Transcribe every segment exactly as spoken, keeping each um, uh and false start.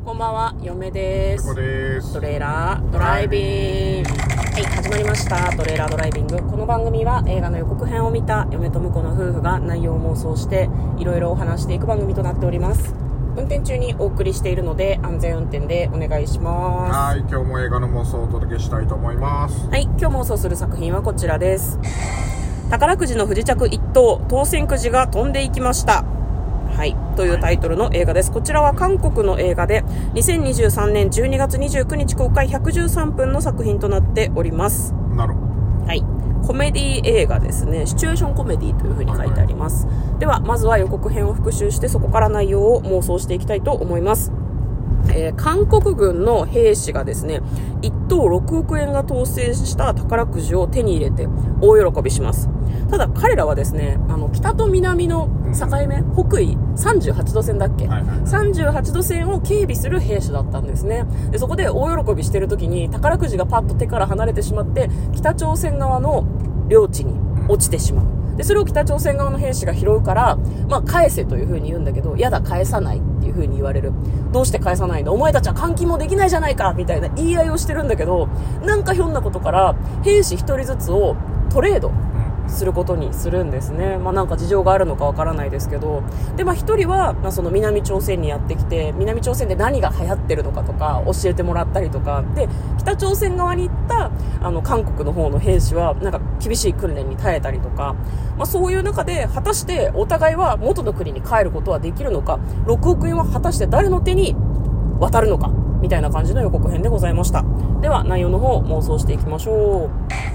こんばんは、嫁です。 ここです。 トレーラードライビング。はい、始まりました。トレーラードライビング。この番組は映画の予告編を見た嫁と婿の夫婦が内容を妄想していろいろお話していく番組となっております。運転中にお送りしているので安全運転でお願いします。 はい、今日も映画の妄想をお届けしたいと思います。 はい、今日妄想する作品はこちらです。宝くじの不時着一等、当選くじが飛んでいきました。はい、というタイトルの映画です。こちらは韓国の映画でにせんにじゅうさんねんじゅうにがつにじゅうくにち公開、ひゃくじゅうさんぷんの作品となっております。 なるほど。 はい、コメディ映画ですね。シチュエーションコメディという風に書いてあります。はいはい、ではまずは予告編を復習してそこから内容を妄想していきたいと思います。えー、韓国軍の兵士がですね、いっとうろくおくえんが当選した宝くじを手に入れて大喜びします。ただ彼らはですね、あの北と南の境目、うん、北緯さんじゅうはちどせんだっけ、はいはいはい、さんじゅうはちどせんを警備する兵士だったんですね。でそこで大喜びしてる時に宝くじがパッと手から離れてしまって北朝鮮側の領地に落ちてしまう。でそれを北朝鮮側の兵士が拾うから、まあ、返せという風に言うんだけど、やだ返さないっていう風に言われる。どうして返さないの、お前たちは換金もできないじゃないかみたいな言い合いをしてるんだけど、なんかひょんなことから兵士一人ずつをトレードすることにするんですね。まあなんか事情があるのかわからないですけど、でまあ一人は、まあ、その南朝鮮にやってきて、南朝鮮で何が流行ってるのかとか教えてもらったりとかで、北朝鮮側に行ったあの韓国の方の兵士はなんか厳しい訓練に耐えたりとか、まあそういう中で果たしてお互いは元の国に帰ることはできるのか、ろくおくえんは果たして誰の手に渡るのかみたいな感じの予告編でございました。では内容の方妄想していきましょう。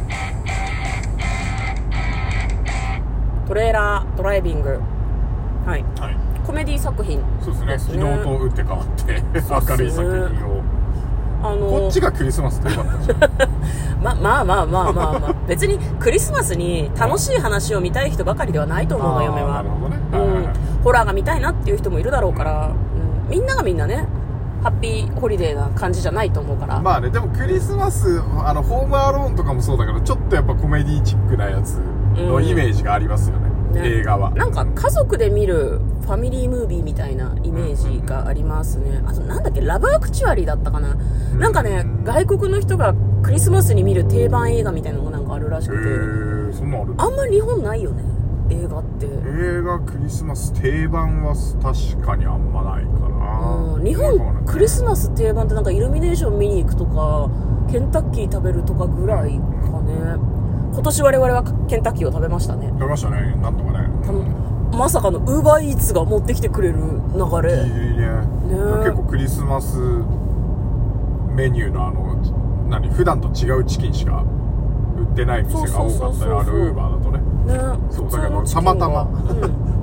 トレーラードライビング、はい、はい、コメディ作品そうですね。昨日と打って変わって明るい作品を、あのー、こっちがクリスマスってよかったじゃんま、まあまあまあまあまあ別にクリスマスに楽しい話を見たい人ばかりではないと思うの、嫁は。なるほどね、うん、ホラーが見たいなっていう人もいるだろうから、うん、みんながみんなねハッピーホリデーな感じじゃないと思うから。 まあね、でもクリスマス、あのホームアローンとかもそうだけど、ちょっとやっぱコメディチックなやつのイメージがありますよね、うん、ね、映画は。なんか家族で見るファミリームービーみたいなイメージがありますね。あとなんだっけ、ラブアクチュアリーだったかな、うん、なんかね、外国の人がクリスマスに見る定番映画みたいなのがなんかあるらしくて、 へー、そんなある？ あんまり日本ないよね、映画って。 映画クリスマス定番は確かにあんまないかな、 うん、日本クリスマス定番ってなんかイルミネーション見に行くとかケンタッキー食べるとかぐらいかね。今年我々はケンタッキーを食べましたね。 食べましたね、なんとかね。 まさかのウーバーイーツが持ってきてくれる流れ、 いいね、ね、結構クリスマスメニューのあの何普段と違うチキンしか売ってない店が多かったり、あるウーバーだとね。ね、そうだけどたまたま、うん、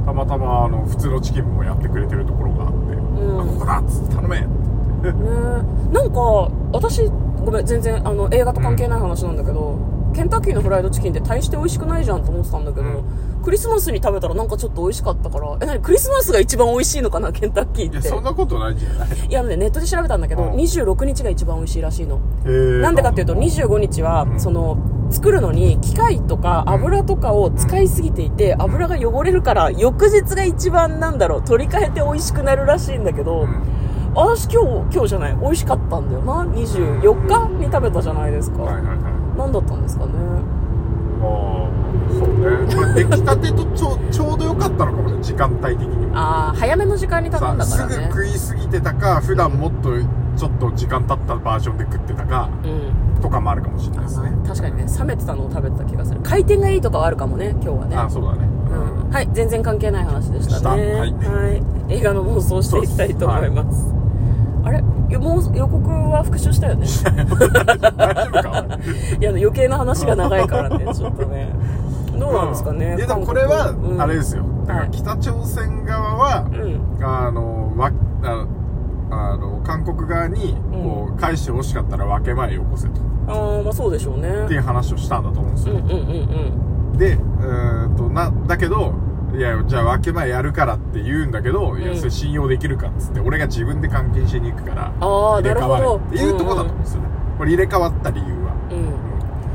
たまたまあの普通のチキンもやってくれてるところがあって、うん、あ、ここだっつって頼めね、 なんか私ごめん全然あの映画と関係ない話なんだけど、うん、ケンタッキーのフライドチキンって大して美味しくないじゃんと思ってたんだけど、うん、クリスマスに食べたらなんかちょっと美味しかったから、え、なにクリスマスが一番美味しいのかなケンタッキーって。 いやそんなことないんじゃない。 いや、ね、ネットで調べたんだけど、うん、にじゅうろくにちが一番美味しいらしいの。 なんでかっていうとにじゅうごにちは、うん、その作るのに機械とか油とかを使いすぎていて、うん、油が汚れるから翌日が一番なんだろう取り替えて美味しくなるらしいんだけど、うん、私今日今日じゃない美味しかったんだよな。にじゅうよっかに食べたじゃないですか、はいはいはい、何だったんですかね。 ああ、そうね、まあ、出来たてとちょ, ちょうどよかったのかもね、時間帯的にも。 ああ、早めの時間に頼んだからね。 すぐ食いすぎてたか、普段もっとちょっと時間経ったバージョンで食ってたか、うん、とかもあるかもしれないですね。 確かにね、冷めてたのを食べてた気がする。回転がいいとかはあるかもね、今日はね。 あ、そうだね、 うん、はい、全然関係ない話でしたね。はい、はい、映画の妄想していきたいと思います。あれ、もう予告は復習したよね。 大丈夫かいや、余計な話が長いからね、ちょっとね。どうなんですかね。 うん、いやでもこれは、うん、あれですよ。だから北朝鮮側は、はい、あのわああの韓国側にこう、うん、返してほしかったら分け前よこせと。 ああ、まあそうでしょうね。 っていう話をしたんだと思うんですよ。うんうんうんうん。で、うーんとなだけど。いや、じゃあ分け前やるからって言うんだけど、うん、いやそれ信用できるかっつって俺が自分で換金しに行くからあ入れ替わるっていうところだと思うんですよね、うんうん、これ入れ替わった理由は、 うんうん、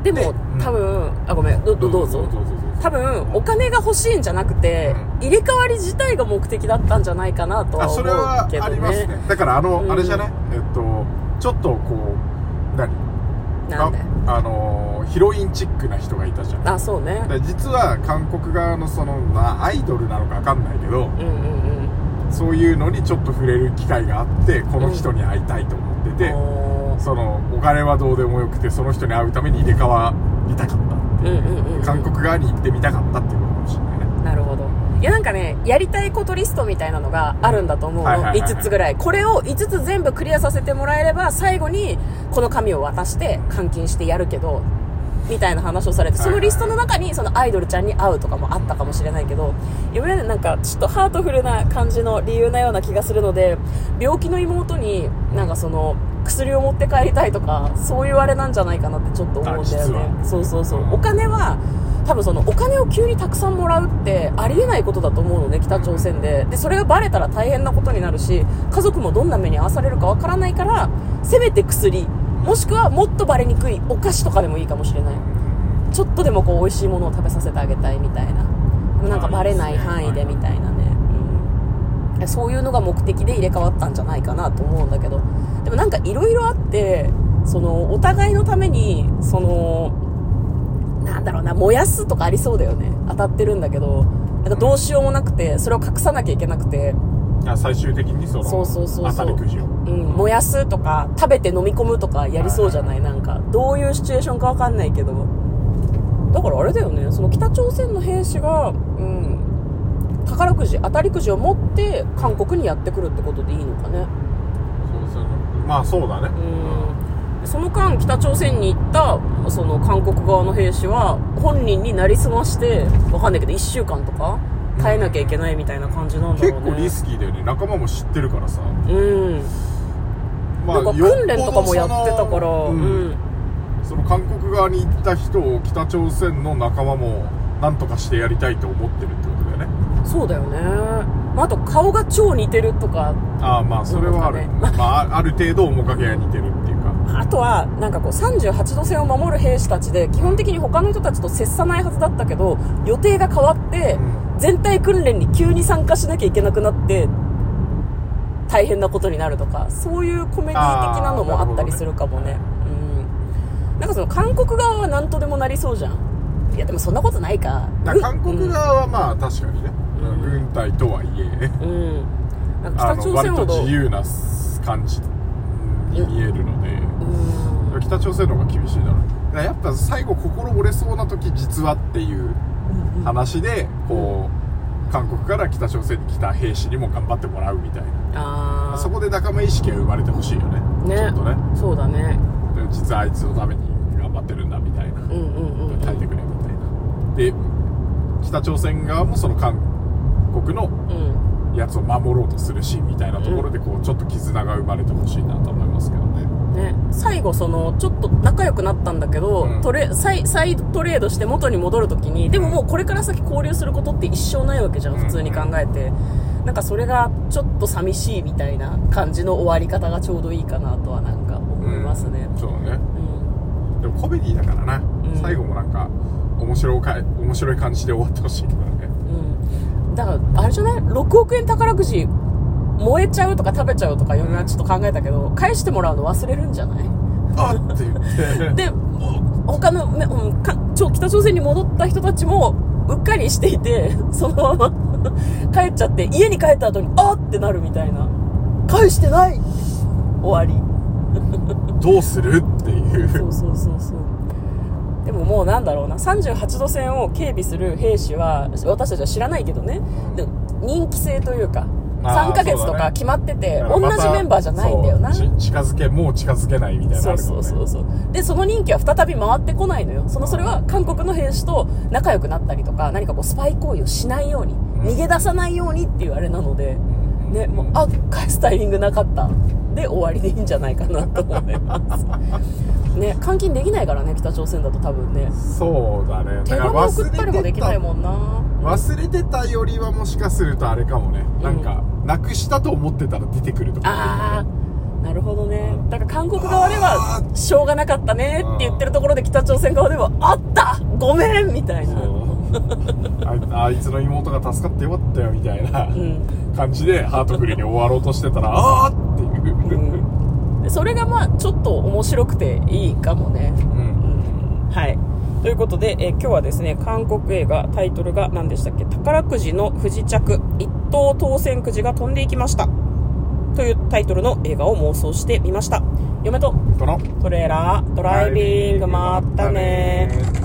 でも多分、あ、ごめん、どどうぞ。多分お金が欲しいんじゃなくて、うん、入れ替わり自体が目的だったんじゃないかなとは思うけどね。 あ、それはありますね。だからあの、うん、あれじゃね、えっとちょっとこう何なんであ、あのヒロインチックな人がいたじゃん。 あ、そうね。 実は韓国側のその、まあ、アイドルなのか分かんないけど、うんうんうん、そういうのにちょっと触れる機会があってこの人に会いたいと思ってて、うん、そのお金はどうでもよくてその人に会うために入れ替わりたかったっていう、うんうんうんうん、韓国側に行ってみたかったっていうことかもしれないね。 なるほど。いやなんかね、やりたいことリストみたいなのがあるんだと思うの、はいはいはいはい、いつつぐらい。これをいつつ全部クリアさせてもらえれば最後にこの紙を渡して監禁してやるけどみたいな話をされて、そのリストの中にそのアイドルちゃんに会うとかもあったかもしれないけど、今までなんかちょっとハートフルな感じの理由なような気がするので、病気の妹になんかその薬を持って帰りたいとかそういうあれなんじゃないかなってちょっと思うんだよね。そうそうそう。お金は多分そのお金を急にたくさんもらうってありえないことだと思うのね、北朝鮮で。で、それがバレたら大変なことになるし、家族もどんな目に遭わされるかわからないから、せめて薬、もしくはもっとバレにくいお菓子とかでもいいかもしれない。ちょっとでもこう美味しいものを食べさせてあげたいみたいな。なんかバレない範囲でみたいなね。うん、そういうのが目的で入れ替わったんじゃないかなと思うんだけど。でもなんかいろいろあって、そのお互いのために、その、なんだろうな、燃やすとかありそうだよね。当たってるんだけど、なんかどうしようもなくて、それを隠さなきゃいけなくて。 あ、最終的にその、 そうそうそうそう、 当たりくじを。 うん、燃やすとか、食べて飲み込むとかやりそうじゃない、なんか。どういうシチュエーションかわかんないけど。だからあれだよね、その北朝鮮の兵士が、うん、宝くじ、当たりくじを持って韓国にやってくるってことでいいのかね。 そうそう。まあそうだね。 うん。その間北朝鮮に行ったその韓国側の兵士は本人になりすましてわかんないけどいっしゅうかんとか耐えなきゃいけないみたいな感じなんだろうね。 結構リスキーだよね。仲間も知ってるからさ。 うん。まあ、なんか訓練とかもやってたから、うん、うん、 その韓国側に行った人を北朝鮮の仲間もなんとかしてやりたいと思ってるってことだよね。 そうだよね。まあ、あと顔が超似てるとか。 ああ、まあそれはある。まあある程度面影が似てるっていうか。 あとはなんかこうさんじゅうはちど線を守る兵士たちで基本的に他の人たちと接さないはずだったけど予定が変わって全体訓練に急に参加しなきゃいけなくなって大変なことになるとか、そういうコメディ的なのもあったりするかもね。うん。なんかその韓国側は何とでもなりそうじゃん。いやでもそんなことないか。 韓国側はまあ確かにね、うん、軍隊とはいえ、うん、なんか北朝鮮ほど割と自由な感じに見えるので、うん、北朝鮮の方が厳しいだろう。だやっぱ最後心折れそうな時実はっていう話でこう韓国から北朝鮮に来た兵士にも頑張ってもらうみたいな、あそこで仲間意識が生まれてほしいよね。ね、ちょっとね。そうだね。実はあいつのために頑張ってるんだみたいな、うんうんうん、耐えてくれみたいな。で北朝鮮側もその韓国のやつを守ろうとするしみたいなところでこうちょっと絆が生まれてほしいなと思いますけどね。 ね、最後そのちょっと仲良くなったんだけど、うん、トレサイ、サイドトレードして元に戻るときにでももうこれから先交流することって一生ないわけじゃん、普通に考えて。なんかそれがちょっと寂しいみたいな感じの終わり方がちょうどいいかなとはなんか思いますね。 うん、そうね、うん、でもコメディだからな、うん、最後もなんか面白いか面白い感じで終わってほしいけどね。 うん、だからあれじゃない、ろくおくえん宝くじ燃えちゃうとか食べちゃうとか嫁はちょっと考えたけど、返してもらうの忘れるんじゃない？ あって言ってで他の、ね、うん、か北朝鮮に戻った人たちもうっかりしていてそのまま帰っちゃって家に帰った後にあってなるみたいな、返してない終わりどうするっていうそうそうそうそう。でももうなんだろうな、さんじゅうはちど線を警備する兵士は私たちは知らないけどね、で任期制というかさんかげつとか決まってて、同じメンバーじゃないんだよな。 近づけもう近づけないみたいな、ね、 そうそうそうそう。でその任期は再び回ってこないのよ。そのそれは韓国の兵士と仲良くなったりとか何かこうスパイ行為をしないように、うん、逃げ出さないようにっていうあれなので、うん、ね、もうあ返すタイミングなかったで終わりでいいんじゃないかなと思いますね。監禁できないからね、北朝鮮だと多分ね。 そうだね。 手紙送ったりもできないもんな。 忘れてたよりはもしかするとあれかもね、うん、なんかなくしたと思ってたら出てくるとか、ね、 ああなるほどね。だから韓国側ではしょうがなかったねって言ってるところで、北朝鮮側ではあったごめんみたいなあ, あいつの妹が助かってよかったよみたいな感じでハートフルに終わろうとしてたら、あーっていう、 うん、それがまあちょっと面白くていいかもね、うんうん、はい。ということで、え今日はですね、韓国映画、タイトルが何でしたっけ、宝くじの不時着、一等当選くじが飛んでいきましたというタイトルの映画を妄想してみました。嫁とトレーラードライビング、まったねー。